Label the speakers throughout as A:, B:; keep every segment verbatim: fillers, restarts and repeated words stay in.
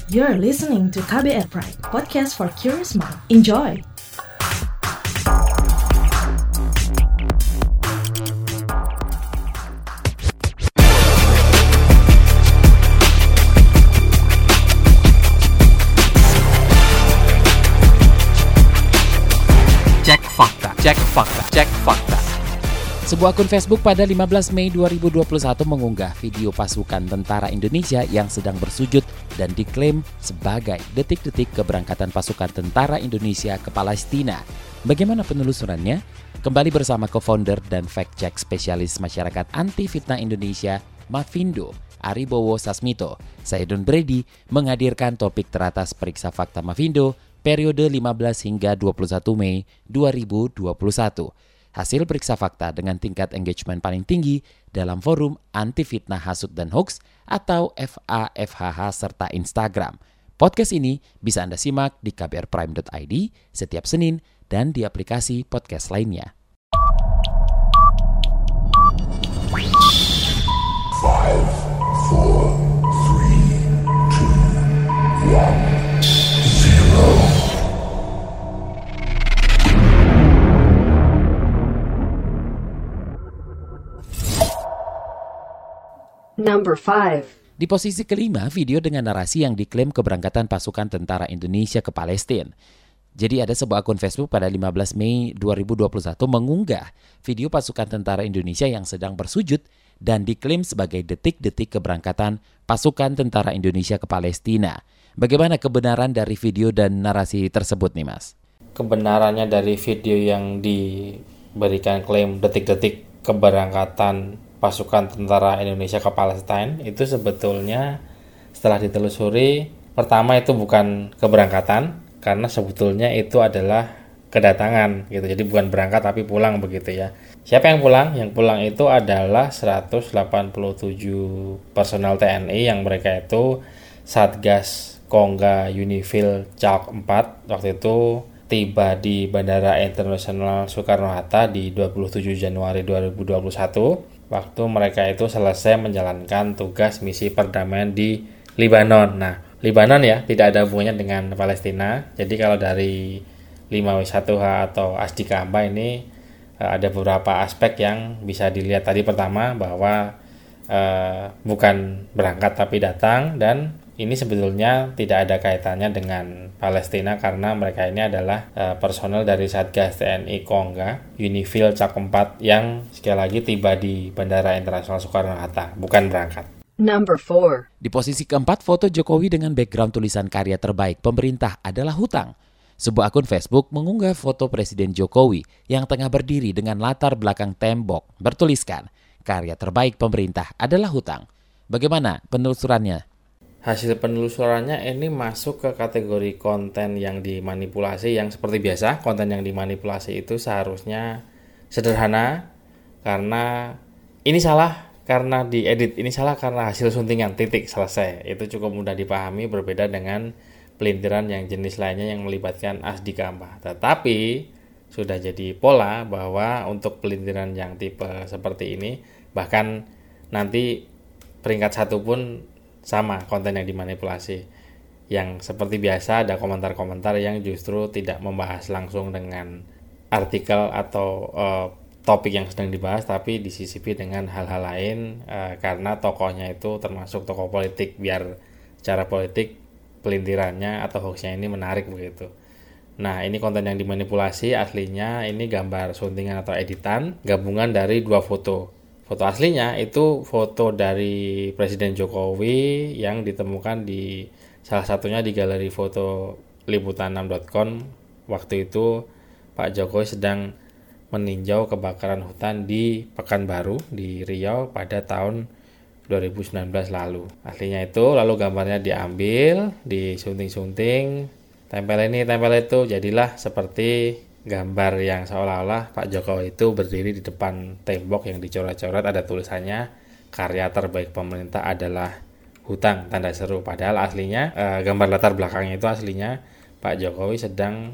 A: You're listening to K B R Prime, podcast for curious mind. Enjoy!
B: Cek fakta, cek fakta, cek fakta. Sebuah akun Facebook pada lima belas Mei dua ribu dua puluh satu mengunggah video pasukan tentara Indonesia yang sedang bersujud dan diklaim sebagai detik-detik keberangkatan pasukan tentara Indonesia ke Palestina. Bagaimana penelusurannya? Kembali bersama co-founder dan fact-check spesialis masyarakat anti fitnah Indonesia, Mafindo, Aribowo Sasmito. Saya Don Brady menghadirkan topik teratas periksa fakta Mafindo periode lima belas hingga dua puluh satu Mei dua ribu dua puluh satu. Hasil periksa fakta dengan tingkat engagement paling tinggi dalam forum anti fitnah hasut dan hoax atau F A F H H serta Instagram. Podcast ini bisa Anda simak di k b r prime dot i d setiap Senin dan di aplikasi podcast lainnya.
C: five, four, three, two, one, zero.
A: Number five.
B: Di posisi kelima, video dengan narasi yang diklaim keberangkatan pasukan tentara Indonesia ke Palestina. Jadi ada sebuah akun Facebook pada lima belas Mei dua ribu dua puluh satu mengunggah video pasukan tentara Indonesia yang sedang bersujud dan diklaim sebagai detik-detik keberangkatan pasukan tentara Indonesia ke Palestina. Bagaimana kebenaran dari video dan narasi tersebut nih Mas?
D: Kebenarannya dari video yang diberikan klaim detik-detik keberangkatan pasukan tentara Indonesia ke Palestina itu sebetulnya setelah ditelusuri, pertama itu bukan keberangkatan karena sebetulnya itu adalah kedatangan gitu. Jadi bukan berangkat tapi pulang begitu ya. Siapa yang pulang? Yang pulang itu adalah seratus delapan puluh tujuh personel T N I yang mereka itu Satgas Kongga Unifil Calk empat waktu itu tiba di Bandara Internasional Soekarno-Hatta di dua puluh tujuh Januari dua ribu dua puluh satu. Waktu mereka itu selesai menjalankan tugas misi perdamaian di Libanon. Nah, Libanon ya, tidak ada hubungannya dengan Palestina. Jadi kalau dari lima W satu H atau Asdika Amba ini ada beberapa aspek yang bisa dilihat. Tadi pertama bahwa eh, bukan berangkat tapi datang, dan ini sebetulnya tidak ada kaitannya dengan Palestina karena mereka ini adalah uh, personel dari Satgas T N I Kongga Unifil Calk empat yang sekali lagi tiba di Bandara Internasional Soekarno-Hatta, bukan berangkat.
A: Number four.
B: Di posisi keempat, foto Jokowi dengan background tulisan karya terbaik pemerintah adalah hutang. Sebuah akun Facebook mengunggah foto Presiden Jokowi yang tengah berdiri dengan latar belakang tembok bertuliskan, karya terbaik pemerintah adalah hutang. Bagaimana penelusurannya?
D: Hasil penelusurannya ini masuk ke kategori konten yang dimanipulasi, yang seperti biasa konten yang dimanipulasi itu seharusnya sederhana karena ini salah karena diedit, ini salah karena hasil suntingan, titik, selesai. Itu cukup mudah dipahami, berbeda dengan pelintiran yang jenis lainnya yang melibatkan Asdika Amba. Tetapi sudah jadi pola bahwa untuk pelintiran yang tipe seperti ini bahkan nanti peringkat satu pun sama konten yang dimanipulasi. Yang seperti biasa ada komentar-komentar yang justru tidak membahas langsung dengan artikel atau uh, topik yang sedang dibahas, tapi disisipi dengan hal-hal lain uh, karena tokohnya itu termasuk tokoh politik, biar secara politik pelintirannya atau hoaxnya ini menarik begitu. Nah, ini konten yang dimanipulasi aslinya ini gambar suntingan atau editan gabungan dari dua foto. Foto aslinya itu foto dari Presiden Jokowi yang ditemukan di salah satunya di galeri foto liputan enam dot com. Waktu itu Pak Jokowi sedang meninjau kebakaran hutan di Pekanbaru di Riau pada tahun dua ribu sembilan belas lalu. Aslinya itu, lalu gambarnya diambil, disunting-sunting, tempel ini, tempel itu, jadilah seperti gambar yang seolah-olah Pak Jokowi itu berdiri di depan tembok yang dicoret-coret, ada tulisannya karya terbaik pemerintah adalah hutang, tanda seru. Padahal aslinya eh, gambar latar belakangnya itu aslinya Pak Jokowi sedang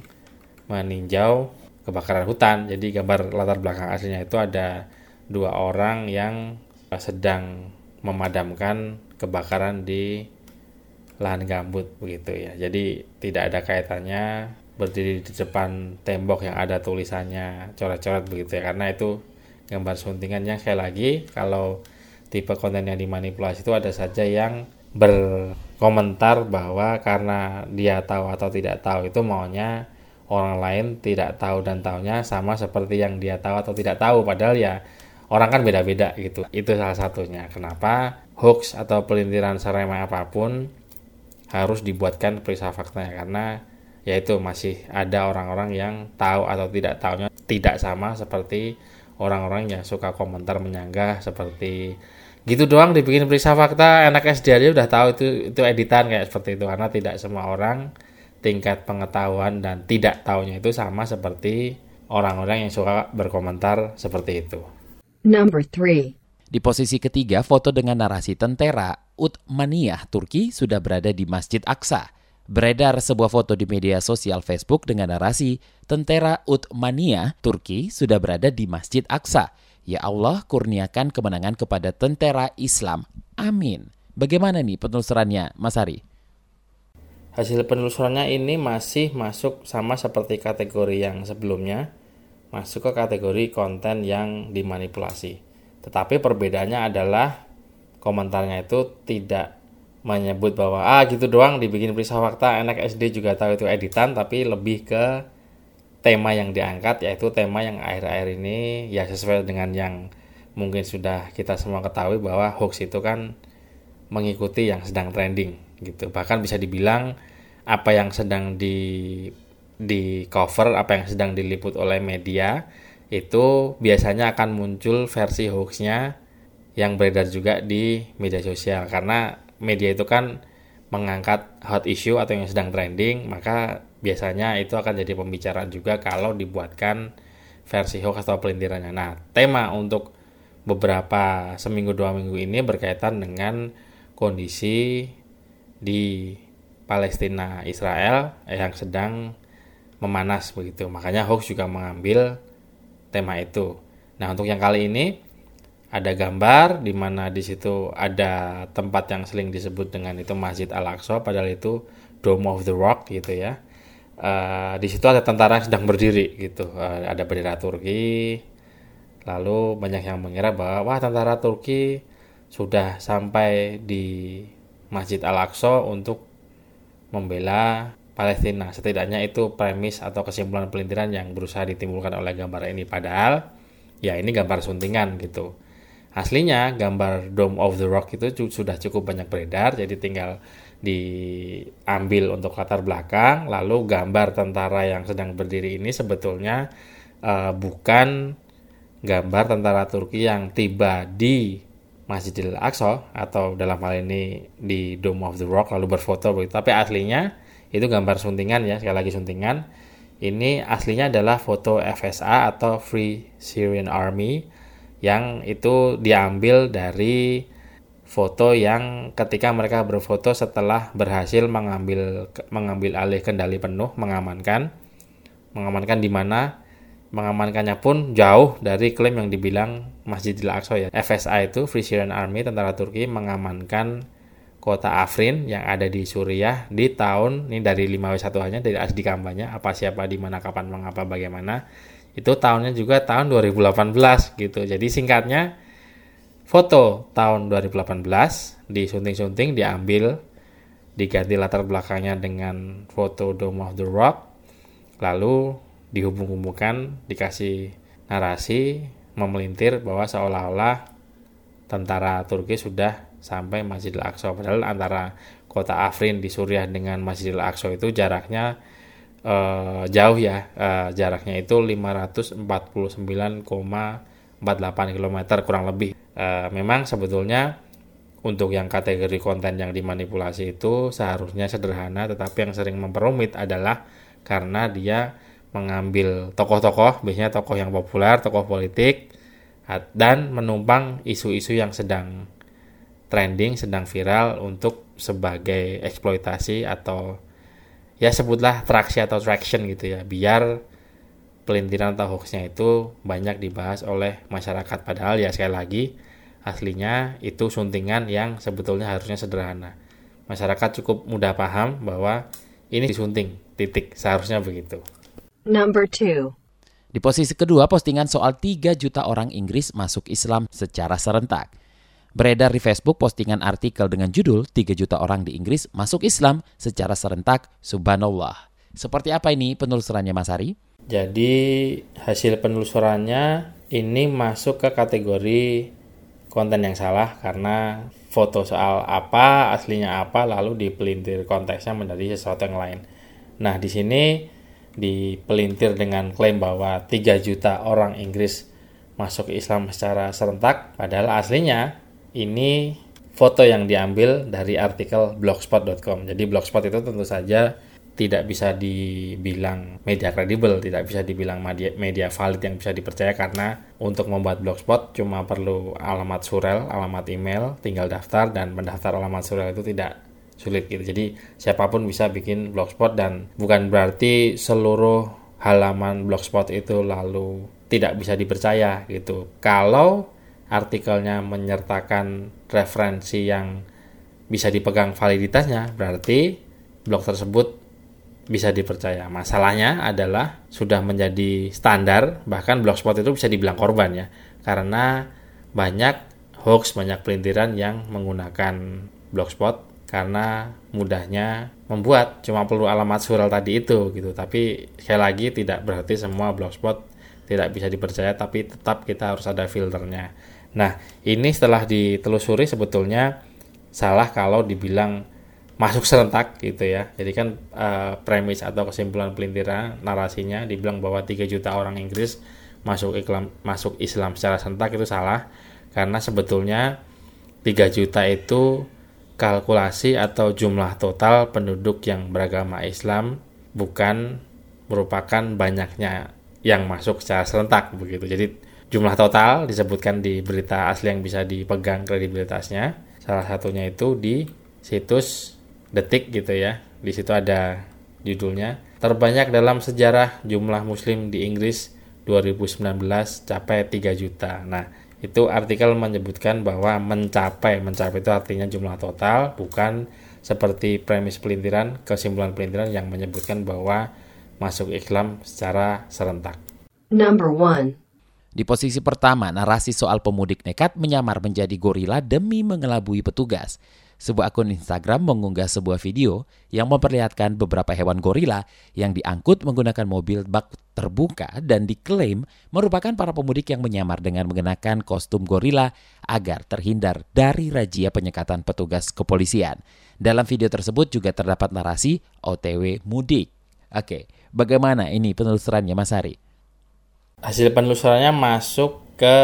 D: meninjau kebakaran hutan. Jadi gambar latar belakang aslinya itu ada dua orang yang sedang memadamkan kebakaran di lahan gambut begitu ya. Jadi tidak ada kaitannya berdiri di depan tembok yang ada tulisannya coret-coret begitu ya, karena itu gambar suntingan yang sekali lagi kalau tipe konten yang dimanipulasi itu ada saja yang berkomentar bahwa karena dia tahu atau tidak tahu itu maunya orang lain tidak tahu dan taunya sama seperti yang dia tahu atau tidak tahu, padahal ya orang kan beda-beda gitu. Itu salah satunya kenapa hoax atau pelintiran seremeh apapun harus dibuatkan periksa faktanya, karena yaitu masih ada orang-orang yang tahu atau tidak tahunya tidak sama seperti orang-orang yang suka komentar menyanggah seperti gitu doang dibikin periksa fakta, anak S D aja udah tahu itu itu editan kayak seperti itu, karena tidak semua orang tingkat pengetahuan dan tidak tahunya itu sama seperti orang-orang yang suka berkomentar seperti itu.
A: Number three.
B: Di posisi ketiga, foto dengan narasi tentara Uthmaniyah Turki sudah berada di Masjid Aqsa. Beredar sebuah foto di media sosial Facebook dengan narasi tentara Uthmaniyah Turki sudah berada di Masjid Aqsa. Ya Allah, kurniakan kemenangan kepada tentara Islam. Amin. Bagaimana nih penelusurannya, Mas Hari?
D: Hasil penelusurannya ini masih masuk sama seperti kategori yang sebelumnya, masuk ke kategori konten yang dimanipulasi. Tetapi perbedaannya adalah komentarnya itu tidak menyebut bahwa ah gitu doang dibikin periksa fakta, anak S D juga tahu itu editan, tapi lebih ke tema yang diangkat, yaitu tema yang akhir-akhir ini ya sesuai dengan yang mungkin sudah kita semua ketahui bahwa hoax itu kan mengikuti yang sedang trending gitu. Bahkan bisa dibilang apa yang sedang di di cover, apa yang sedang diliput oleh media itu biasanya akan muncul versi hoaxnya yang beredar juga di media sosial, karena media itu kan mengangkat hot issue atau yang sedang trending, maka biasanya itu akan jadi pembicaraan juga kalau dibuatkan versi hoax atau pelintirannya. Nah, tema untuk beberapa seminggu dua minggu ini berkaitan dengan kondisi di Palestina Israel yang sedang memanas begitu. Makanya hoax juga mengambil tema itu. Nah, untuk yang kali ini ada gambar di mana di situ ada tempat yang sering disebut dengan itu Masjid Al-Aqsa, padahal itu Dome of the Rock gitu ya. Uh, di situ ada tentara yang sedang berdiri gitu. Uh, ada bendera Turki. Lalu banyak yang mengira bahwa wah tentara Turki sudah sampai di Masjid Al-Aqsa untuk membela Palestina. Setidaknya itu premis atau kesimpulan pelintiran yang berusaha ditimbulkan oleh gambar ini. Padahal ya ini gambar suntingan gitu. Aslinya gambar Dome of the Rock itu sudah cukup banyak beredar, jadi tinggal diambil untuk latar belakang. Lalu gambar tentara yang sedang berdiri ini sebetulnya uh, bukan gambar tentara Turki yang tiba di Masjidil Aqsa atau dalam hal ini di Dome of the Rock lalu berfoto begitu. Tapi aslinya itu gambar suntingan ya, sekali lagi suntingan. Ini aslinya adalah foto F S A atau Free Syrian Army yang itu diambil dari foto yang ketika mereka berfoto setelah berhasil mengambil mengambil alih kendali penuh, mengamankan mengamankan di mana mengamankannya pun jauh dari klaim yang dibilang Masjidil Aqsa ya. F S A itu Free Syrian Army, tentara Turki mengamankan kota Afrin yang ada di Suriah di tahun ini dari lima W satu hanya dari asli kampanye apa siapa di mana kapan mengapa bagaimana. Itu tahunnya juga tahun dua ribu delapan belas gitu. Jadi singkatnya foto tahun dua ribu delapan belas disunting-sunting diambil, diganti latar belakangnya dengan foto Dome of the Rock, lalu dihubung-hubungkan, dikasih narasi memelintir bahwa seolah-olah tentara Turki sudah sampai Masjidil Aqsa. Padahal antara kota Afrin di Suriah dengan Masjidil Aqsa itu jaraknya Uh, jauh ya, uh, jaraknya itu lima ratus empat puluh sembilan koma empat delapan kilometer kurang lebih. Uh, memang sebetulnya untuk yang kategori konten yang dimanipulasi itu seharusnya sederhana, tetapi yang sering memperumit adalah karena dia mengambil tokoh-tokoh, biasanya tokoh yang populer, tokoh politik, dan menumpang isu-isu yang sedang trending, sedang viral untuk sebagai eksploitasi atau ya sebutlah traksi atau traction gitu ya, biar pelintiran atau hoaxnya itu banyak dibahas oleh masyarakat. Padahal ya sekali lagi aslinya itu suntingan yang sebetulnya harusnya sederhana. masyarakat cukup mudah paham bahwa ini disunting, titik, seharusnya begitu.
E: Number two.
B: Di posisi kedua, postingan soal tiga juta orang Inggris masuk Islam secara serentak. Beredar di Facebook postingan artikel dengan judul tiga juta orang di Inggris masuk Islam secara serentak, subhanallah. Seperti apa ini penelusurannya Mas Ari?
D: Jadi hasil penelusurannya ini masuk ke kategori konten yang salah karena foto soal apa, aslinya apa, lalu dipelintir konteksnya menjadi sesuatu yang lain. Nah, di sini dipelintir dengan klaim bahwa tiga juta orang Inggris masuk Islam secara serentak, padahal aslinya ini foto yang diambil dari artikel blogspot dot com. Jadi blogspot itu tentu saja tidak bisa dibilang media kredibel, tidak bisa dibilang media, media valid yang bisa dipercaya karena untuk membuat blogspot cuma perlu alamat surel, alamat email, tinggal daftar dan mendaftar alamat surel itu tidak sulit gitu. Jadi siapapun bisa bikin blogspot dan bukan berarti seluruh halaman blogspot itu lalu tidak bisa dipercaya gitu. Kalau artikelnya menyertakan referensi yang bisa dipegang validitasnya, berarti blog tersebut bisa dipercaya. Masalahnya adalah sudah menjadi standar, bahkan blogspot itu bisa dibilang korban ya, karena banyak hoax, banyak pelintiran yang menggunakan blogspot karena mudahnya membuat, cuma perlu alamat surel tadi itu gitu. Tapi sekali lagi tidak berarti semua blogspot tidak bisa dipercaya, tapi tetap kita harus ada filternya. Nah, ini setelah ditelusuri sebetulnya salah kalau dibilang masuk serentak gitu ya. Jadi kan uh, premis atau kesimpulan pelintiran narasinya dibilang bahwa tiga juta orang Inggris masuk Islam, masuk Islam secara serentak itu salah. Karena sebetulnya tiga juta itu kalkulasi atau jumlah total penduduk yang beragama Islam, bukan merupakan banyaknya yang masuk secara serentak begitu. Jadi jumlah total disebutkan di berita asli yang bisa dipegang kredibilitasnya. Salah satunya itu di situs Detik gitu ya. Di situ ada judulnya terbanyak dalam sejarah jumlah muslim di Inggris dua ribu sembilan belas capai tiga juta. Nah, itu artikel menyebutkan bahwa mencapai, mencapai itu artinya jumlah total, bukan seperti premis pelintiran, kesimpulan pelintiran yang menyebutkan bahwa masuk Islam secara serentak.
E: Number one.
B: Di posisi pertama, narasi soal pemudik nekat menyamar menjadi gorila demi mengelabui petugas. Sebuah akun Instagram mengunggah sebuah video yang memperlihatkan beberapa hewan gorila yang diangkut menggunakan mobil bak terbuka dan diklaim merupakan para pemudik yang menyamar dengan mengenakan kostum gorila agar terhindar dari razia penyekatan petugas kepolisian. Dalam video tersebut juga terdapat narasi O T W mudik. Oke, bagaimana ini penelusurannya Mas Ari?
D: Hasil penelusurannya masuk ke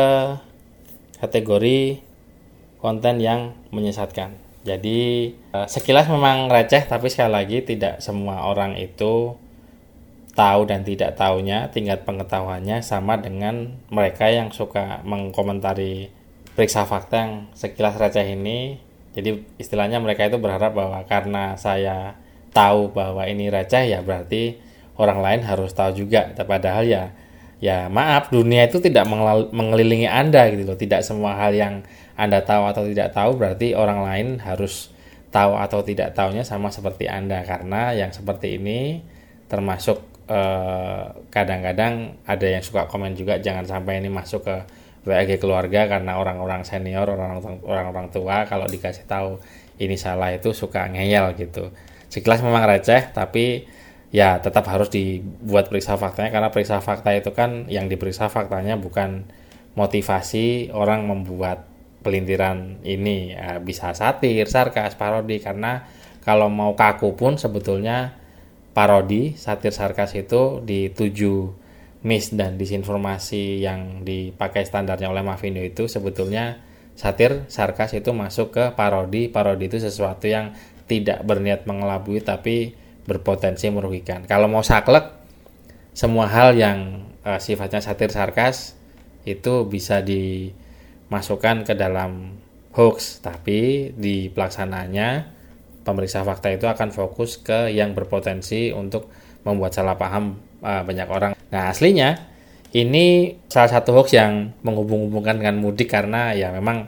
D: kategori konten yang menyesatkan. Jadi sekilas memang receh, tapi sekali lagi tidak semua orang itu tahu dan tidak tahunya, tingkat pengetahuannya sama dengan mereka yang suka mengkomentari periksa fakta yang sekilas receh ini. Jadi istilahnya mereka itu berharap bahwa karena saya tahu bahwa ini receh ya berarti orang lain harus tahu juga. Padahal ya ya maaf, dunia itu tidak mengelilingi Anda gitu loh. Tidak semua hal yang Anda tahu atau tidak tahu berarti orang lain harus tahu atau tidak tahunya sama seperti Anda. Karena yang seperti ini termasuk eh, kadang-kadang ada yang suka komen juga jangan sampai ini masuk ke W A G keluarga karena orang-orang senior, orang-orang orang-orang tua kalau dikasih tahu ini salah itu suka ngeyel gitu. Sekilas memang receh tapi ya tetap harus dibuat periksa faktanya karena periksa fakta itu kan yang diperiksa faktanya bukan motivasi orang membuat pelintiran ini ya, bisa satir, sarkas, parodi karena kalau mau kaku pun sebetulnya parodi, satir, sarkas itu di tujuh mis dan disinformasi yang dipakai standarnya oleh Mavindo itu sebetulnya satir, sarkas itu masuk ke parodi. Parodi itu sesuatu yang tidak berniat mengelabui tapi berpotensi merugikan. Kalau mau saklek, semua hal yang uh, sifatnya satir, sarkas itu bisa dimasukkan ke dalam hoax, tapi di pelaksanaannya pemeriksa fakta itu akan fokus ke yang berpotensi untuk membuat salah paham uh, banyak orang. Nah aslinya ini salah satu hoax yang menghubung-hubungkan dengan mudik karena ya memang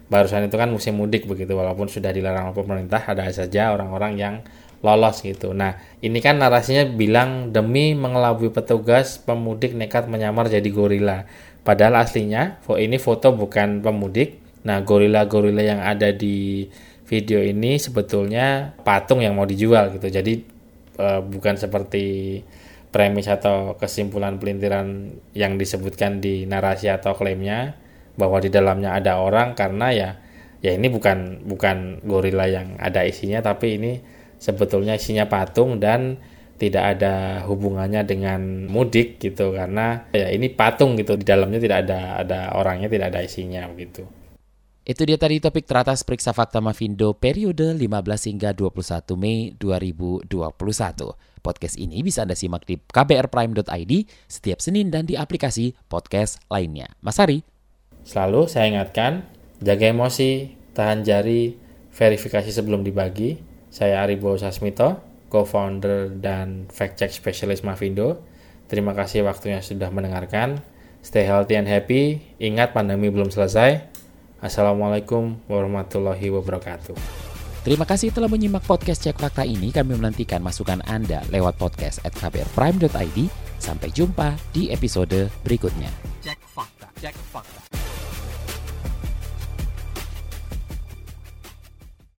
D: barusan itu kan musim mudik begitu, walaupun sudah dilarang oleh pemerintah, ada saja orang-orang yang lolos gitu. Nah, ini kan narasinya bilang demi mengelabui petugas, pemudik nekat menyamar jadi gorila. Padahal aslinya ini foto bukan pemudik. Nah, gorila-gorila yang ada di video ini sebetulnya patung yang mau dijual gitu. Jadi e, bukan seperti premis atau kesimpulan pelintiran yang disebutkan di narasi atau klaimnya bahwa di dalamnya ada orang, karena ya ya ini bukan bukan gorila yang ada isinya, tapi ini sebetulnya isinya patung dan tidak ada hubungannya dengan mudik gitu, karena ya ini patung gitu, di dalamnya tidak ada ada orangnya, tidak ada isinya gitu.
B: Itu dia tadi topik teratas Periksa Fakta Mavindo periode lima belas hingga dua puluh satu Mei dua ribu dua puluh satu. Podcast ini bisa Anda simak di k b r prime dot i d setiap Senin dan di aplikasi podcast lainnya. Mas Ari.
D: Selalu saya ingatkan, jaga emosi, tahan jari, verifikasi sebelum dibagi. Saya Aribo Sasmito, co-founder dan fact-check specialist Mavindo. Terima kasih waktunya sudah mendengarkan. Stay healthy and happy. Ingat, pandemi belum selesai. Assalamualaikum warahmatullahi wabarakatuh.
B: Terima kasih telah menyimak podcast Cek Fakta ini. Kami menantikan masukan Anda lewat podcast at k b r prime dot i d. Sampai jumpa di episode berikutnya.